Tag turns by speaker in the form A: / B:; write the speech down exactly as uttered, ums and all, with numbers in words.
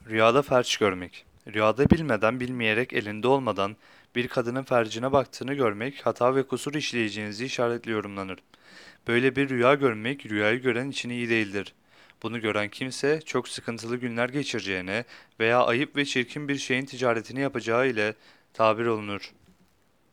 A: Rüyada felç görmek. Rüyada bilmeden bilmeyerek elinde olmadan bir kadının fercine baktığını görmek hata ve kusur işleyeceğinizi işaretli yorumlanır. Böyle bir rüya görmek rüyayı gören için iyi değildir. Bunu gören kimse çok sıkıntılı günler geçireceğine veya ayıp ve çirkin bir şeyin ticaretini yapacağı ile tabir olunur.